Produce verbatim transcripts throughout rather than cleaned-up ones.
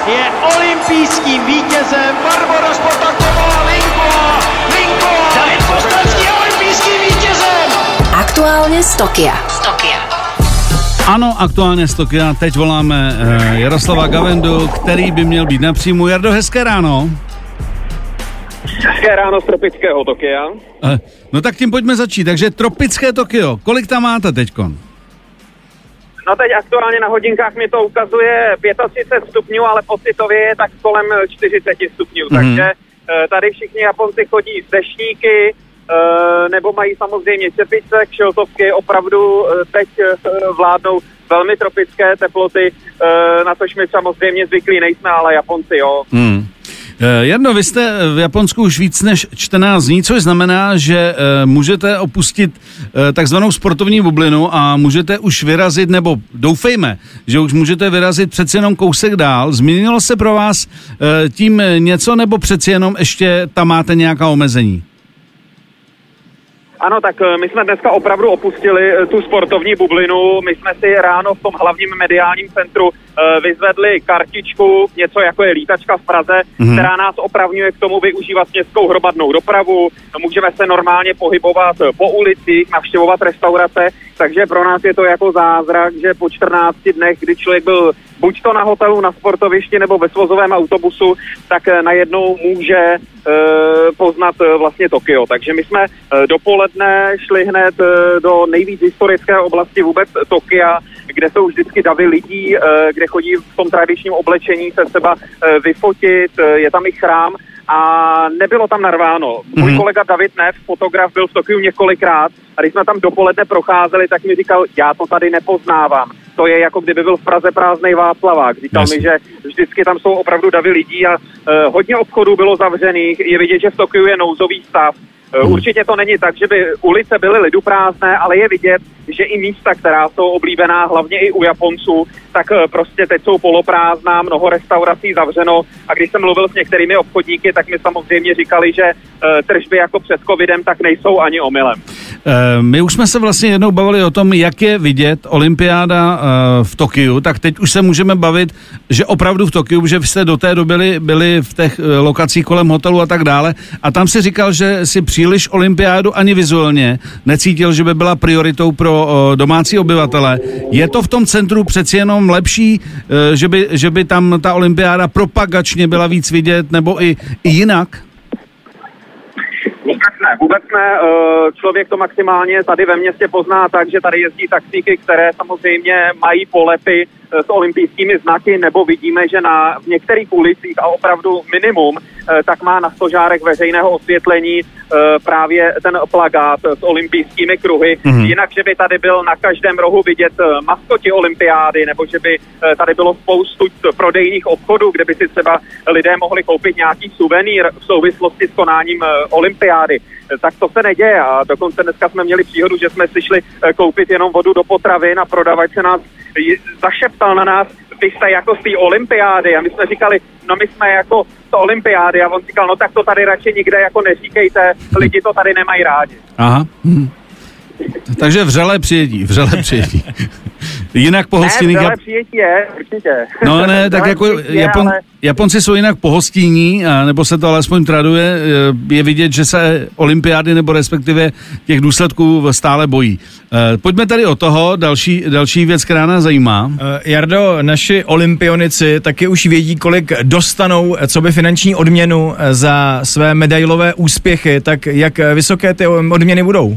je olympijským vítězem. Barbora Spotaková, Linková, Linková, David Postranský je olympijským vítězem. Aktuálně z Tokia. Z Tokia. Ano, aktuálně z Tokia. Teď voláme uh, Jaroslava Gavendu, který by měl být na příjmu. Jardo, hezké ráno. Hezké ráno z tropického Tokia. Uh, no tak tím pojďme začít. Takže tropické Tokio. Kolik tam máte teďkon? No teď aktuálně na hodinkách mi to ukazuje třicet pět stupňů, ale pocitově je tak kolem čtyřicet stupňů. Mm. Takže uh, tady všichni Japonci chodí s deštníky, uh, nebo mají samozřejmě čepice, kšiltovky, opravdu uh, teď uh, vládnou velmi tropické teploty, uh, na tož my samozřejmě zvyklí nejsme, ale Japonci jo. Mm. Jarno, vy jste v Japonsku už víc než čtrnáct dní, což znamená, že můžete opustit takzvanou sportovní bublinu a můžete už vyrazit, nebo doufejme, že už můžete vyrazit přeci jenom kousek dál. Změnilo se pro vás tím něco, nebo přeci jenom ještě tam máte nějaká omezení? Ano, tak my jsme dneska opravdu opustili tu sportovní bublinu. My jsme si ráno v tom hlavním mediálním centru vyzvedli kartičku, něco jako je lítačka v Praze, mm-hmm. která nás opravňuje k tomu využívat městskou hromadnou dopravu. Můžeme se normálně pohybovat po ulicích, navštěvovat restaurace, takže pro nás je to jako zázrak, že po čtrnácti dnech, kdy člověk byl buď to na hotelu, na sportovišti nebo ve svozovém autobusu, tak najednou může e, poznat e, vlastně Tokio. Takže my jsme e, dopoledne šli hned e, do nejvíc historické oblasti vůbec Tokia, kde jsou vždycky davy lidí, e, kde chodí v tom tradičním oblečení se třeba e, vyfotit, e, je tam i chrám a nebylo tam narváno. Můj mm-hmm. kolega David Neff, fotograf, byl v Tokiu několikrát a když jsme tam dopoledne procházeli, tak mi říkal, já to tady nepoznávám. To je jako kdyby byl v Praze prázdnej Václavák. Říkal Jasně. mi, že vždycky tam jsou opravdu davy lidí a uh, hodně obchodů bylo zavřených. Je vidět, že v Tokiu je nouzový stav. Uh, určitě to není tak, že by ulice byly liduprázdné, ale je vidět, že i místa, která jsou oblíbená, hlavně i u Japonců, tak uh, prostě teď jsou poloprázdná, mnoho restaurací zavřeno a když jsem mluvil s některými obchodníky, tak mi samozřejmě říkali, že uh, tržby jako před covidem tak nejsou ani omylem. My už jsme se vlastně jednou bavili o tom, jak je vidět olympiáda v Tokiu, tak teď už se můžeme bavit, že opravdu v Tokiu, že jste do té doby byli, byli v těch lokacích kolem hotelu a tak dále a tam si říkal, že si příliš olympiádu ani vizuálně necítil, že by byla prioritou pro domácí obyvatele. Je to v tom centru přeci jenom lepší, že by, že by tam ta olympiáda propagačně byla víc vidět, nebo i, i jinak? Vůbec ne, vůbec ne. Člověk to maximálně tady ve městě pozná tak, že tady jezdí taxíky, které samozřejmě mají polepy s olympijskými znaky, nebo vidíme, že na v některých ulicích a opravdu minimum, tak má na stožárech veřejného osvětlení právě ten plakát s olympijskými kruhy. Mm-hmm. Jinak, že by tady byl na každém rohu vidět maskoti olympiády, nebo že by tady bylo spoustu prodejních obchodů, kde by si třeba lidé mohli koupit nějaký suvenýr v souvislosti s konáním olympiády. Tak to se neděje a dokonce dneska jsme měli příhodu, že jsme si šli koupit jenom vodu do potravin a prodavač se nás zašeptal na nás, vy jste jako z té olympiády a my jsme říkali, no my jsme jako z olympiády a on říkal, no tak to tady radši nikde jako neříkejte, lidi to tady nemají rádi. Aha. Hm. Takže vřelé přijetí, vřelé přijetí. Jinak pohostinný... Ne, vřelé přijetí je, určitě. No ne, tak jako Japon, ale... Japonci jsou jinak pohostinní, nebo se to alespoň traduje, je vidět, že se olympiády nebo respektive těch důsledků stále bojí. Pojďme tady o toho, další, další věc, která nás zajímá. Uh, Jardo, naši olympionici taky už vědí, kolik dostanou, co by finanční odměnu za své medailové úspěchy, tak jak vysoké ty odměny budou?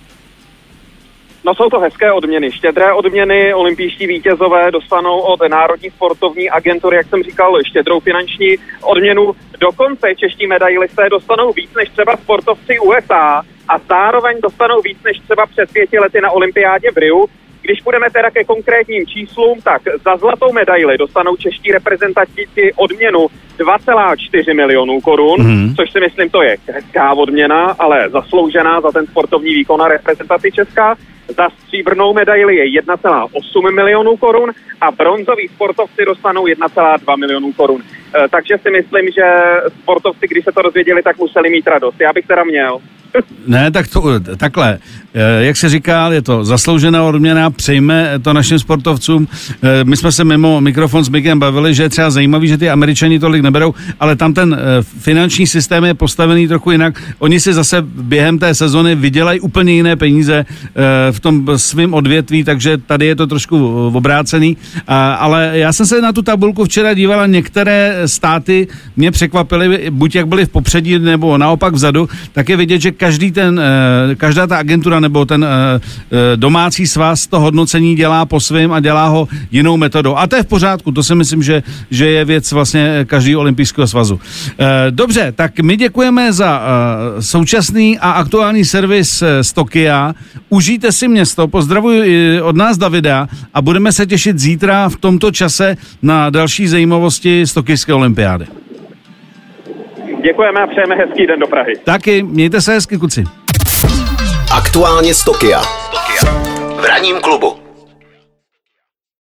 No jsou to hezké odměny, štědré odměny, olympijští vítězové dostanou od Národní sportovní agentury, jak jsem říkal, štědrou finanční odměnu. Dokonce čeští medailisté dostanou víc než třeba sportovci U S A a zároveň dostanou víc než třeba před pěti lety na olympiádě v Riu. Když půjdeme teda ke konkrétním číslům, tak za zlatou medaili dostanou čeští reprezentanti odměnu dva celá čtyři milionů korun, mm-hmm. což si myslím, to je hezká odměna, ale zasloužená za ten sportovní výkon a reprezentaci Česka. za stříbrnou medaili je jedna celá osm milionů korun a bronzoví sportovci dostanou jedna celá dva milionů korun. E, takže si myslím, že sportovci, když se to dozvěděli, tak museli mít radost. Já bych teda měl. Ne, tak to, takhle, jak se říká, je to zasloužená odměna, přejme to našim sportovcům. My jsme se mimo mikrofon s Mikem bavili, že je třeba zajímavý, že ty Američani tolik neberou, ale tam ten finanční systém je postavený trochu jinak. Oni si zase během té sezony vydělají úplně jiné peníze v tom svém odvětví, takže tady je to trošku obrácený. Ale já jsem se na tu tabulku včera dívala, některé státy mě překvapily, buď jak byly v popředí, nebo naopak vzadu, tak je vidět, že každý ten, každá ta agentura nebo ten domácí svaz to hodnocení dělá po svém a dělá ho jinou metodou. A to je v pořádku, to si myslím, že, že je věc vlastně každého olympijského svazu. Dobře, tak my děkujeme za současný a aktuální servis z Tokia. Užijte si město, pozdravuji od nás Davida a budeme se těšit zítra v tomto čase na další zajímavosti z tokijské olympiády. Děkujeme a přejeme hezký den do Prahy. Taky, mějte se hezky, kluci. Aktuálně z Tokia. V ranním klubu.